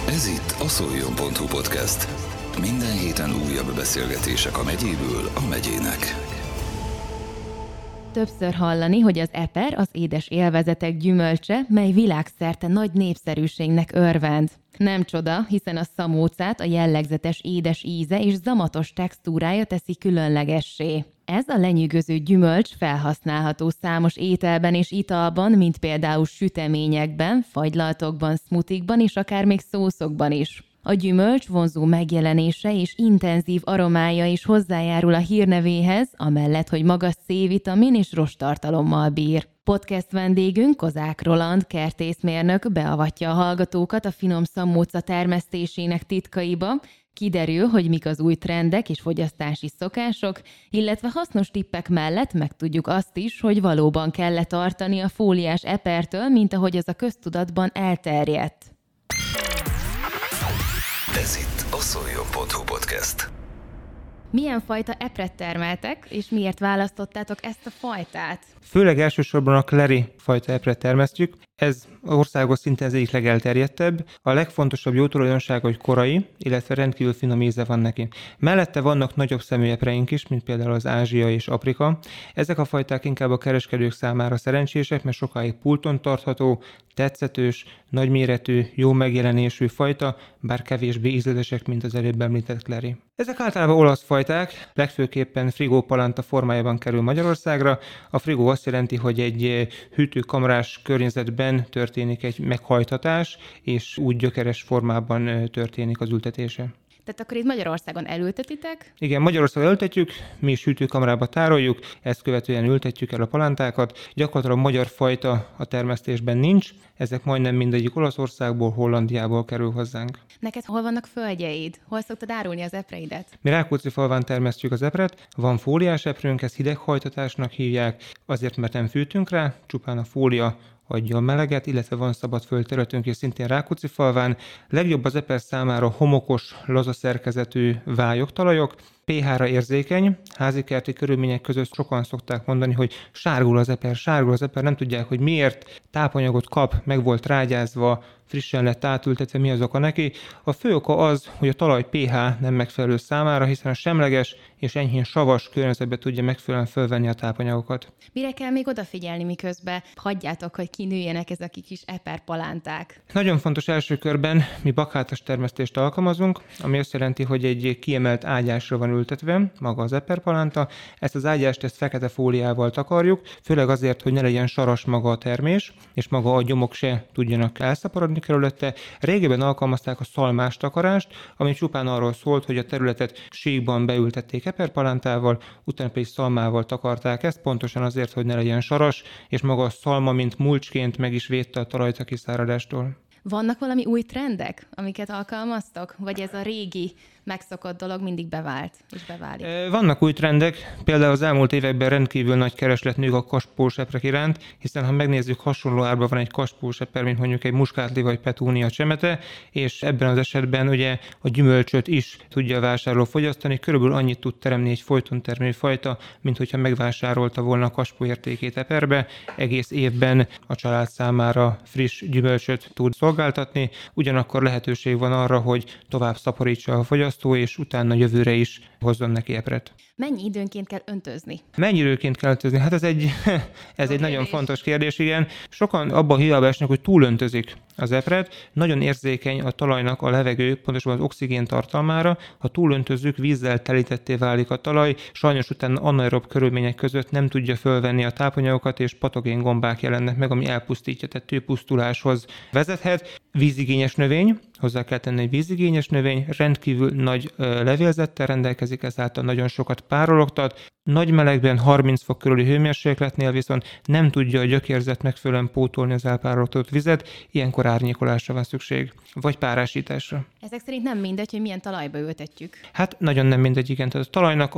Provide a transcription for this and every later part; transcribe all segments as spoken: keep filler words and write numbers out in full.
Ez itt a szóljon pont hu podcast. Minden héten újabb beszélgetések a megyéből a megyének. Többször hallani, hogy az eper az édes élvezetek gyümölcse, mely világszerte nagy népszerűségnek örvend. Nem csoda, hiszen a szamócát a jellegzetes édes íze és zamatos textúrája teszi különlegessé. Ez a lenyűgöző gyümölcs felhasználható számos ételben és italban, mint például süteményekben, fagylaltokban, smoothiekban és akár még szószokban is. A gyümölcs vonzó megjelenése és intenzív aromája is hozzájárul a hírnevéhez, amellett, hogy magas C-vitamin és rosttartalommal bír. Podcast vendégünk, Kozák Roland, kertészmérnök beavatja a hallgatókat a finom szamóca termesztésének titkaiba, kiderül, hogy mik az új trendek és fogyasztási szokások, illetve hasznos tippek mellett megtudjuk azt is, hogy valóban kell tartani a fóliás epertől, mint ahogy az a köztudatban elterjedt. Ez itt a szóljon pont hu podcast. Milyen fajta epret termeltek, és miért választottátok ezt a fajtát? Főleg elsősorban a Clary fajta epret termesztjük. Ez országos szinten az egyik legelterjedtebb. A legfontosabb jó tulajdonsága, hogy korai, illetve rendkívül finom íze van neki. Mellette vannak nagyobb szemű epreink is, mint például az Ázsia és Afrika. Ezek a fajták inkább a kereskedők számára szerencsések, mert sokáig pulton tartható, tetszetős, nagyméretű, jó megjelenésű fajta, bár kevésbé ízletesek, mint az előbb említett Clary. Ezek általában olasz fajták, legfőképpen frigó palánta formájában kerül Magyarországra. A frigó azt jelenti, hogy egy hűtőkamrás környezetben történik egy meghajtatás, és úgy gyökeres formában történik az ültetése. Tehát akkor itt Magyarországon elültetitek? Igen, Magyarországon ültetjük, mi is hűtőkamrába tároljuk, ezt követően ültetjük el a palántákat. Gyakorlatilag magyar fajta a termesztésben nincs, ezek majdnem mindegyik Olaszországból, Hollandiából kerül hozzánk. Neked hol vannak földjeid? Hol szoktad árulni az epreidet? Mi Rákóczifalván termesztjük az epret, van fóliás eprünk, ezt hideghajtatásnak hívják, azért mert nem fűtünk rá, csupán a fólia adja a meleget, illetve van szabad földterületünk és szintén Rákóczifalván. Legjobb az eper számára homokos, laza szerkezetű vályok, talajok, pé há-ra érzékeny, házikerti körülmények között sokan szokták mondani, hogy sárgul az eper, sárgul az eper, nem tudják, hogy miért, tápanyagot kap, meg volt rágyázva, frissen lett átültetve, mi az oka neki. A fő oka az, hogy a talaj pé há nem megfelelő számára, hiszen a semleges és enyhén savas környezetbe tudja megfelelően fölvenni a tápanyagokat. Mire kell még odafigyelni, miközben hagyjátok, hogy kinőjenek ezek a kis eperpalánták? Nagyon fontos első körben mi bakhátas termesztést alkalmazunk, ami azt jelenti, hogy egy kiemelt ágyásra van ültetve maga az eperpalánta. Ezt az ágyást ezt fekete fóliával takarjuk, főleg azért, hogy ne legyen saras maga a termés, és maga a gyomok se tudjanak elszaporodni körülötte. Régebben alkalmazták a szalmás takarást, ami csupán arról szólt, hogy a területet síkban beültették eperpalántával, utána pedig szalmával takarták ezt, pontosan azért, hogy ne legyen saras, és maga a szalma, mint mulcsként meg is védte a talajt a kiszáradástól. Vannak valami új trendek, amiket alkalmaztok? Vagy ez a régi, megszokott dolog mindig bevált és beválik? Vannak új trendek, például az elmúlt években rendkívül nagy kereslet nő a kaspós eprek iránt, hiszen ha megnézzük, hasonló árban van egy kaspós eper, mint mondjuk egy muskátli vagy petúnia csemete, és ebben az esetben ugye a gyümölcsöt is tudja a vásárló fogyasztani, körülbelül annyit tud teremni egy folyton termő fajta, mint hogyha megvásárolta volna a kaspó értékét eperbe, egész évben a család számára friss gyümölcsöt tud szolgáltatni, ugyanakkor lehetőség van arra, hogy tovább szaporítsa a fogyasztó, és utána jövőre is hozzon neki epret. Mennyi időnként kell öntözni? Mennyi időként kell öntözni? Hát ez egy, ez egy nagyon fontos kérdés, igen. Sokan abban hiába esnek, hogy túlöntözik az epret. Nagyon érzékeny a talajnak a levegő, pontosabban az oxigén tartalmára. Ha túlöntözzük, vízzel telítetté válik a talaj, sajnos utána anaerob körülmények között nem tudja fölvenni a tápanyagokat, és patogén gombák jelennek meg, ami elpusztítja, tehát tőpusztuláshoz vezethet. Vízigényes növény, hozzá kell tenni egy vízigényes növény, rendkívül nagy levélzettel rendelkezik, ezáltal nagyon sokat párologtat. Nagy melegben, harminc fok körüli hőmérsékletnél viszont nem tudja a gyökérzet megfelelően pótolni az elpárologtatott vizet, ilyenkor árnyékolásra van szükség, vagy párásításra. Ezek szerint nem mindegy, hogy milyen talajba ültetjük. Hát nagyon nem mindegy, igen. Tehát a talajnak a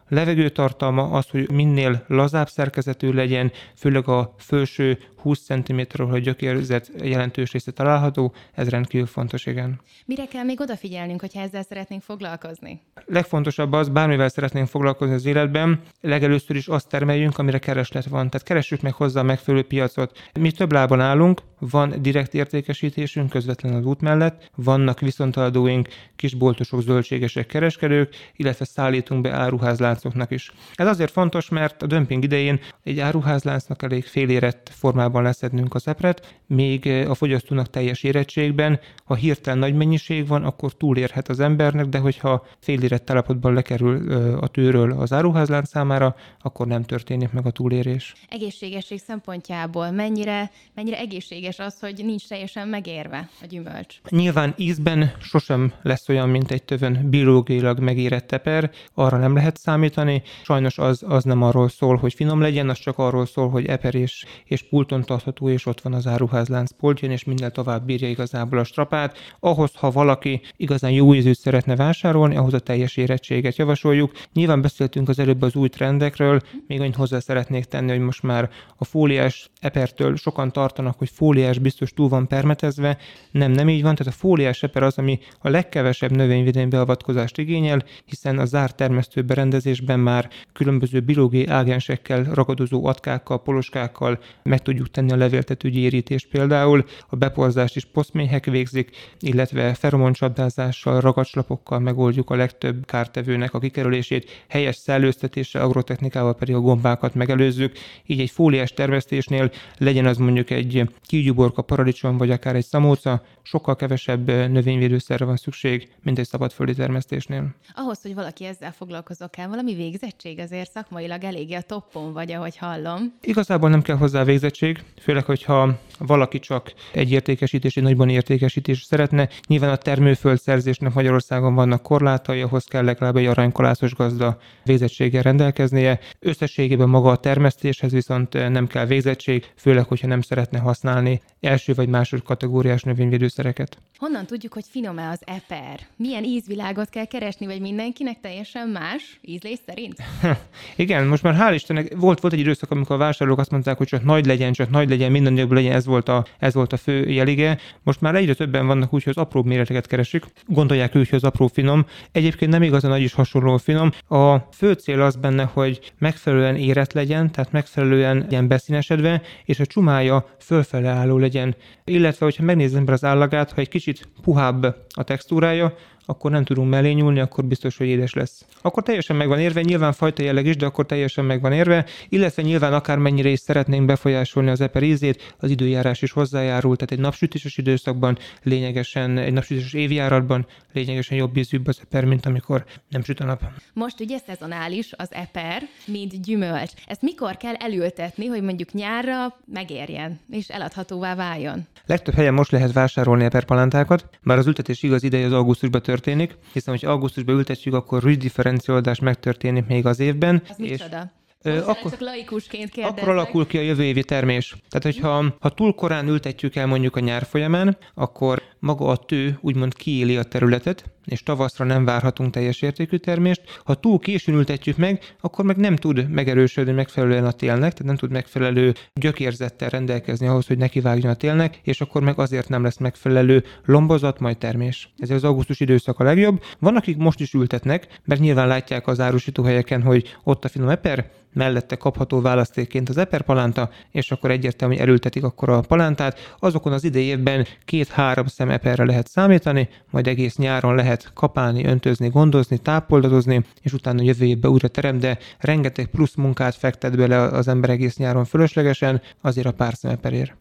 levegőtartalma, az, hogy minél lazább szerkezetű legyen, főleg a felső húsz centiméterről, hogy gyökérzet jelentős része található, ez rendkívül fontos, igen. Mire kell még odafigyelnünk, hogyha ezzel szeretnénk foglalkozni? Legfontosabb az, bármivel szeretnénk foglalkozni az életben, legelőször is azt termeljünk, amire kereslet van. Tehát keressük meg hozzá a megfelelő piacot. Mi több lábon állunk, van direkt értékesítésünk közvetlenül az út mellett, vannak viszonteladóink, kisboltosok, zöldségesek, kereskedők, illetve szállítunk be áruházláncoknak is. Ez azért fontos, mert a dömping idején egy áruházláncnak elég félérett formában leszednünk az epret, még a fogyasztónak teljes érettségben, ha hirtelen nagy mennyiség van, akkor túlérhet az embernek, de hogyha félérett állapotban lekerül a tőről az áruházlánc számára, akkor nem történik meg a túlérés. Egészségesség szempontjából mennyire, mennyire egészséges az, hogy nincs teljesen megérve a gyümölcs? Nyilván ízben sosem lesz olyan, mint egy tövön biológiailag megérett teper, arra nem lehet számítani. Sajnos az, az nem arról szól, hogy finom legyen, az csak arról szól, hogy eper és, és pulton tartható, és ott van az áruházlánc poltján, és minden tovább bírja igazából a strapát. Ahhoz, ha valaki igazán jó ízűt szeretne vásárolni, ahhoz a teljes érettséget javasoljuk. Nyilván beszéltünk az előbb az új trendekről, még annyit hozzá szeretnék tenni, hogy most már a fóliás epertől sokan tartanak, hogy fóliás biztos túl van permetezve. Nem, nem így van, tehát a fóliás eper az, ami a legkevesebb növényvédelmi beavatkozást igényel, hiszen a zárt termesztő berendezésben már különböző biológiai ágensekkel, ragadozó atkákkal, poloskákkal meg tudjuk tenni a levéltető gyérítést például. A beporzást is posztméhek végzik, illetve feromoncsapdázással, ragadslapokkal megoldjuk a legtöbb kártevőnek a kikerülését, helyes szellőztetéssel, agrotechnikával pedig a gombákat megelőzzük. Így egy fóliás termesztésnél legyen az mondjuk egy kígyuborka, paradicsom vagy akár egy szamóca, sokkal kevesebb növényvédőszerre van szükség, mint egy szabadföldi termesztésnél. Ahhoz, hogy valaki ezzel foglalkozok, kell valami végzettség, azért szakmailag eléggé a toppon vagy, ahogy hallom. Igazából nem kell hozzá végzettség, főleg, hogyha valaki csak egy értékesítés, egy nagyban értékesítés szeretne. Nyilván a termőföld szerzésnek Magyarországon vannak korlátai, ahhoz kell legalább egy aranykalászos gazda végzettséggel rendelkeznie. Összességében maga a termesztéshez viszont nem kell végzettség, főleg, hogyha nem szeretne használni első vagy második kategóriás növényvédőszereket. Honnan tudjuk, hogy finom-e az eper? Milyen ízvilágot kell keresni, vagy mindenkinek teljesen más ízlés szerint? Igen, most már hál' Istennek volt, volt egy időszak, amikor a vásárlók azt mondták, hogy csak nagy legyen, csak nagy legyen, minden jobb legyen, ez volt a, ez volt a fő jelige. Most már egyre többen vannak úgy, hogy az apró méreteket keresik, gondolják úgy, hogy az apró finom. Egyébként nem igazán nagy is hasonló finom. A fő cél az benne, hogy megfelelően érett legyen, tehát megfelelően legyen beszínesedve, és a csumája fölfele álló legyen. Illetve, hogyha megnézem be az állagát, ha egy kicsit puhább a textúrája, akkor nem tudunk mellé nyúlni, akkor biztos, hogy édes lesz. Akkor teljesen meg van érve, nyilván fajta jelleg is, de akkor teljesen meg van érve, illetve nyilván akármennyire is szeretnénk befolyásolni az eper ízét, az időjárás is hozzájárul, tehát egy napsütéses időszakban lényegesen, egy napsütéses évjáratban lényegesen jobb ízűbb az eper, mint amikor nem süt a nap. Most ugye szezonális az eper, mint gyümölcs. Ezt mikor kell elültetni, hogy mondjuk nyárra megérjen, és eladhatóvá váljon? Legtöbb helyen most lehet vásárolni eperpalántákat, bár az ültetés igaz ideje az augusztusban történik, hiszen hogyha augusztusban ültetjük, akkor rügydifferenciálódás megtörténik még az évben. Az micsoda? Ö, akkor, csak laikusként kérdezek. Akkor alakul ki a jövő évi termés. Tehát, hogyha ha túl korán ültetjük el mondjuk a nyár folyamán, akkor maga a tő úgymond kiéli a területet, és tavaszra nem várhatunk teljes értékű termést. Ha túl későn ültetjük meg, akkor meg nem tud megerősödni megfelelően a télnek, tehát nem tud megfelelő gyökérzettel rendelkezni ahhoz, hogy nekivágjon a télnek, és akkor meg azért nem lesz megfelelő lombozat, majd termés. Ezért az augusztus időszak a legjobb. Van, akik most is ültetnek, mert nyilván látják az árusítóhelyeken, hogy ott a finom eper, mellette kapható választékként az eperpalánta, és akkor egyértelműen elültetik akkor a palántát. Azokon az idei évben két-három szem eperre lehet számítani, majd egész nyáron lehet kapálni, öntözni, gondozni, tápoldadozni, és utána jövő évben újra terem, de rengeteg plusz munkát fektet bele az ember egész nyáron fölöslegesen, azért a pár szem eperért.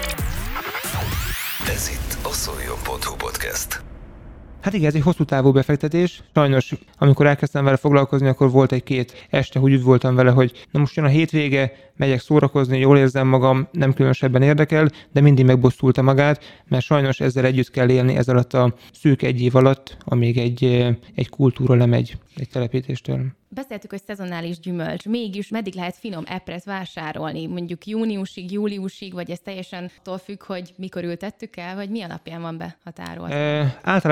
Ez itt a Szoljon pont hu podcast. Hát igen, ez egy hosszú távú befektetés. Sajnos, amikor elkezdtem vele foglalkozni, akkor volt egy-két este, hogy úgy voltam vele, hogy na most jön a hétvége, megyek szórakozni, jól érzem magam, nem különösebben érdekel, de mindig megbosszulta magát, mert sajnos ezzel együtt kell élni ez alatt a szűk egy év alatt, amíg egy, egy kultúra lemegy egy telepítéstől. Beszéltük, hogy szezonális gyümölcs. Mégis meddig lehet finom epret vásárolni? Mondjuk júniusig, júliusig, vagy ez teljesen attól függ, hogy mikor ültettük el, vagy mi alapján van behatárolva? E, általában nagyon érdekes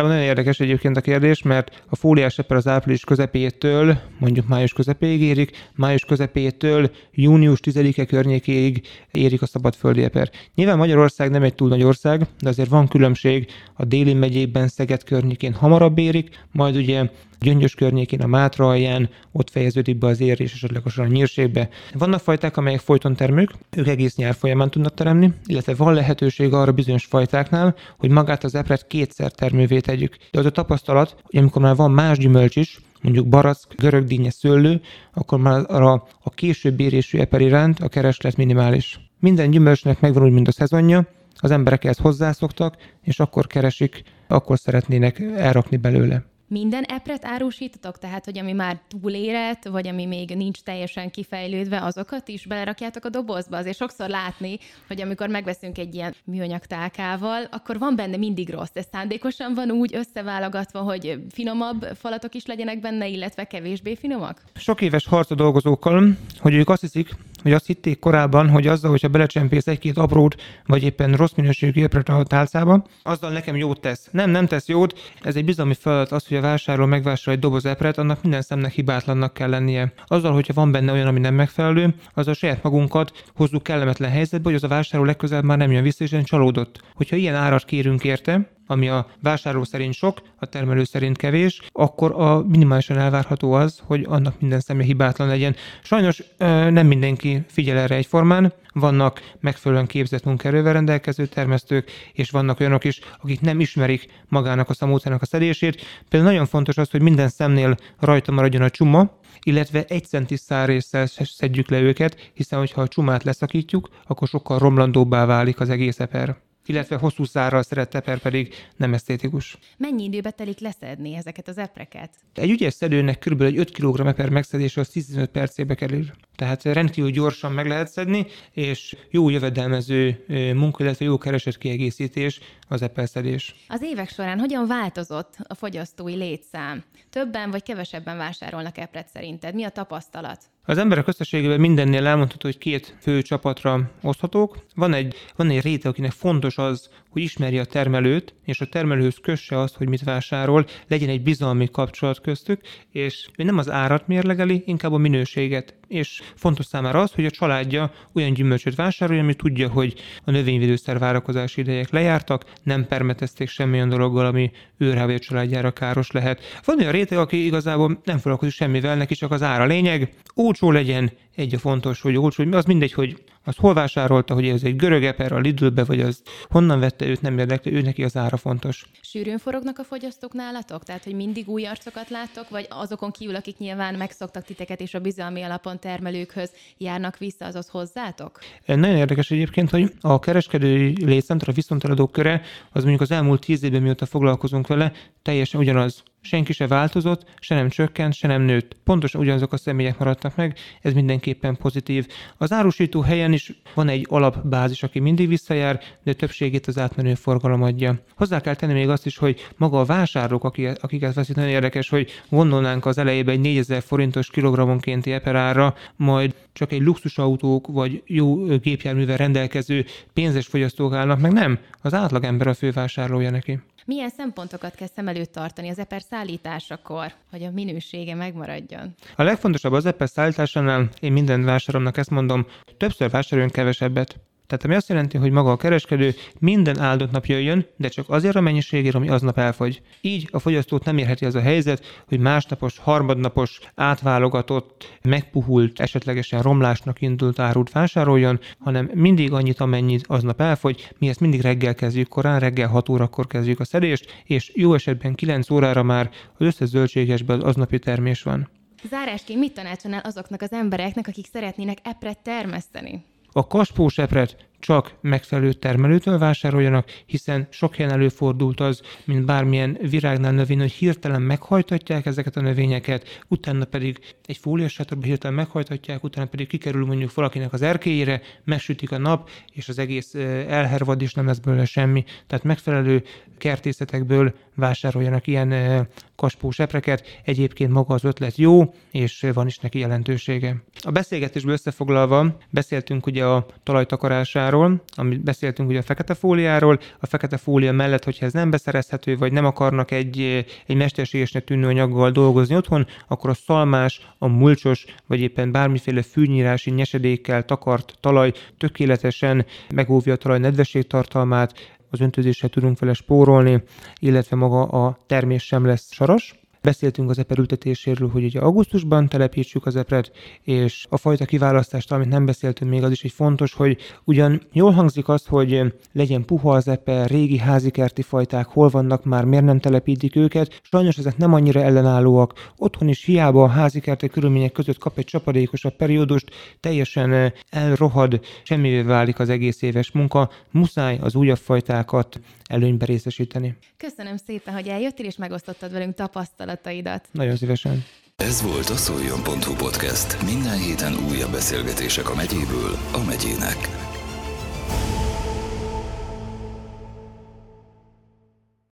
érdekes egyébként a kérdés, mert a fóliás eper az április közepétől, mondjuk május közepéig érik, május közepétől június tizedike környékéig érik a szabadföldi eper. Nyilván Magyarország nem egy túl nagy ország, de azért van különbség, a déli megyékben, Szeged környékén hamarabb érik, majd ugye Gyöngyös környékén, a Mátra alján, ott fejeződik be az érés, esetlegesen a nyírségbe. Vannak fajták, amelyek folyton termők, ők egész nyár folyamán tudnak teremni, illetve van lehetőség arra bizonyos fajtáknál, hogy magát az epret kétszer termővé tegyük. De az a tapasztalat, hogy amikor már van más gyümölcs is, mondjuk barack, görögdínnye, szőlő, akkor már arra a később érésű eper iránt a kereslet minimális. Minden gyümölcsnek megvan úgy, mint a szezonja, az emberek ezt hozzászoktak, és akkor keresik, akkor szeretnének elrakni belőle. Minden epret árusítotok? Tehát, hogy ami már túlérett, vagy ami még nincs teljesen kifejlődve, azokat is belerakjátok a dobozba? Azért sokszor látni, hogy amikor megveszünk egy ilyen műanyag tálkával, akkor van benne mindig rossz. Ez szándékosan van úgy összeválogatva, hogy finomabb falatok is legyenek benne, illetve kevésbé finomak? Sok éves harc a dolgozókkal, hogy ők azt hiszik, hogy azt hitték korábban, hogy azzal, hogyha belecsempész egy-két aprót, vagy éppen rossz minőségű epret a tálcába, azzal nekem jót tesz. Nem, nem tesz jót. Ez egy bizalmi feladat az, hogy a vásárló megvásárol egy doboz epret, annak minden szemnek hibátlannak kell lennie. Azzal, hogyha van benne olyan, ami nem megfelelő, az a saját magunkat hozzuk kellemetlen helyzetbe, hogy az a vásárló legközelebb már nem jön vissza, és csalódott. Hogyha ilyen árat kérünk érte, ami a vásárló szerint sok, a termelő szerint kevés, akkor a minimálisan elvárható az, hogy annak minden személy hibátlan legyen. Sajnos nem mindenki figyel erre egyformán, vannak megfelelően képzett munkaerővel rendelkező termesztők, és vannak olyanok is, akik nem ismerik magának a szamócának a szedését. Például nagyon fontos az, hogy minden szemnél rajta maradjon a csuma, illetve egy centi szárrésszel szedjük le őket, hiszen hogyha a csumát leszakítjuk, akkor sokkal romlandóbbá válik az egész eper. Illetve hosszú szárral szerett eper pedig nem esztétikus. Mennyi időbe telik leszedni ezeket az epreket? Egy ügyes szedőnek kb. Egy öt kilogramm eper megszedése az tizenöt percébe kerül. Tehát rendkívül gyorsan meg lehet szedni, és jó jövedelmező munka, illetve jó keresett kiegészítés az eperszedés. Az évek során hogyan változott a fogyasztói létszám? Többen vagy kevesebben vásárolnak epret szerinted? Mi a tapasztalat? Az emberek összességében mindennél elmondható, hogy két fő csapatra oszthatók. Van egy, van egy réteg, akinek fontos az, hogy ismerje a termelőt, és a termelőhöz kösse azt, hogy mit vásárol, legyen egy bizalmi kapcsolat köztük, és ő nem az árat mérlegeli, inkább a minőséget. És fontos számára az, hogy a családja olyan gyümölcsöt vásárolja, ami tudja, hogy a növényvédőszer várakozási idejek lejártak, nem permetezték semmilyen dologgal, ami őrá vagy a családjára káros lehet. Van olyan réteg, aki igazából nem foglalkozik semmivel, neki csak az ára lényeg, olcsó legyen, egy a fontos, hogy olcsó, az mindegy, hogy azt hol vásárolta, hogy ez egy görög eper a Lidlbe, vagy az honnan vette, őt nem érdekli, ő neki az ára fontos. Sűrűn forognak a fogyasztók nálatok? Tehát, hogy mindig új arcokat láttok, vagy azokon kívül, akik nyilván megszoktak titeket, és a bizalmi alapon termelőkhöz járnak vissza, azaz hozzátok? Nagyon érdekes egyébként, hogy a kereskedői létszám, tehát a viszonteladók köre, az mondjuk az elmúlt tíz évben, mióta foglalkozunk vele, teljesen ugyanaz. Senki se változott, se nem csökkent, se nem nőtt. Pontosan ugyanazok a személyek maradtak meg, ez mindenképpen pozitív. Az árusító helyen is van egy alapbázis, aki mindig visszajár, de többségét az átmenő forgalom adja. Hozzá kell tenni még azt is, hogy maga a vásárlók, akiket veszik, nagyon érdekes, hogy gondolnánk az elejében egy négyezer forintos kilogrammonkénti eperára, majd csak egy luxusautók vagy jó gépjárművel rendelkező pénzes fogyasztók állnak, meg nem. Az átlagember a fővásárlója neki. Milyen szempontokat kell szem előtt tartani az eper szállításakor, hogy a minősége megmaradjon? A legfontosabb az eper szállításánál, én minden vásáromnak ezt mondom, többször vásároljunk kevesebbet. Tehát ami azt jelenti, hogy maga a kereskedő minden áldott nap jöjjön, de csak azért a mennyiségért, ami aznap elfogy. Így a fogyasztót nem érheti az a helyzet, hogy másnapos, harmadnapos, átválogatott, megpuhult, esetlegesen romlásnak indult árut vásároljon, hanem mindig annyit, amennyit aznap elfogy. Mi ezt mindig reggel kezdjük korán, reggel hat órakor kezdjük a szedést, és jó esetben kilenc órára már az összes zöldségesben az aznapi termés van. Zárásként mit tanácsolnál azoknak az embereknek, akik szeretnének epret termeszteni? A kaspós epret csak megfelelő termelőtől vásároljanak, hiszen sok helyen előfordult az, mint bármilyen virágnál növény, hogy hirtelen meghajtatják ezeket a növényeket, utána pedig egy fóliasátorba hirtelen meghajtatják, utána pedig kikerül mondjuk valakinek az erkélyére, megsütik a nap, és az egész elhervad, és nem lesz belőle semmi. Tehát megfelelő kertészetekből vásároljanak ilyen kaspós epreket. Egyébként maga az ötlet jó, és van is neki jelentősége. A beszélgetésből összefoglalva beszéltünk ugye a talajtakarásáról, fóliáról, amit beszéltünk ugye a fekete fóliáról, a fekete fólia mellett, hogyha ez nem beszerezhető, vagy nem akarnak egy, egy mesterségesnek tűnő anyaggal dolgozni otthon, akkor a szalmás, a mulcsos, vagy éppen bármiféle fűnyírási nyesedékkel takart talaj tökéletesen megóvja a talaj nedvességtartalmát, az öntözéssel tudunk vele spórolni, illetve maga a termés sem lesz saras. Beszéltünk az eper ültetéséről, hogy ugye augusztusban telepítsük az epret, és a fajta kiválasztást, amit nem beszéltünk még, az is egy fontos, hogy ugyan jól hangzik az, hogy legyen puha az eper, régi házikerti fajták, hol vannak már, miért nem telepítik őket. Sajnos ezek nem annyira ellenállóak. Otthon is hiába a házikerti körülmények között kap egy csapadékosabb periódust, teljesen elrohad, semmivé válik az egész éves munka. Muszáj az újabb fajtákat előnybe részesíteni. Köszönöm szépen, hogy eljöttél és megosztottad velünk tapasztalataidat. Nagyon szívesen. Ez volt a Szoljon pont hu podcast. Minden héten újabb beszélgetések a megyéből a megyének.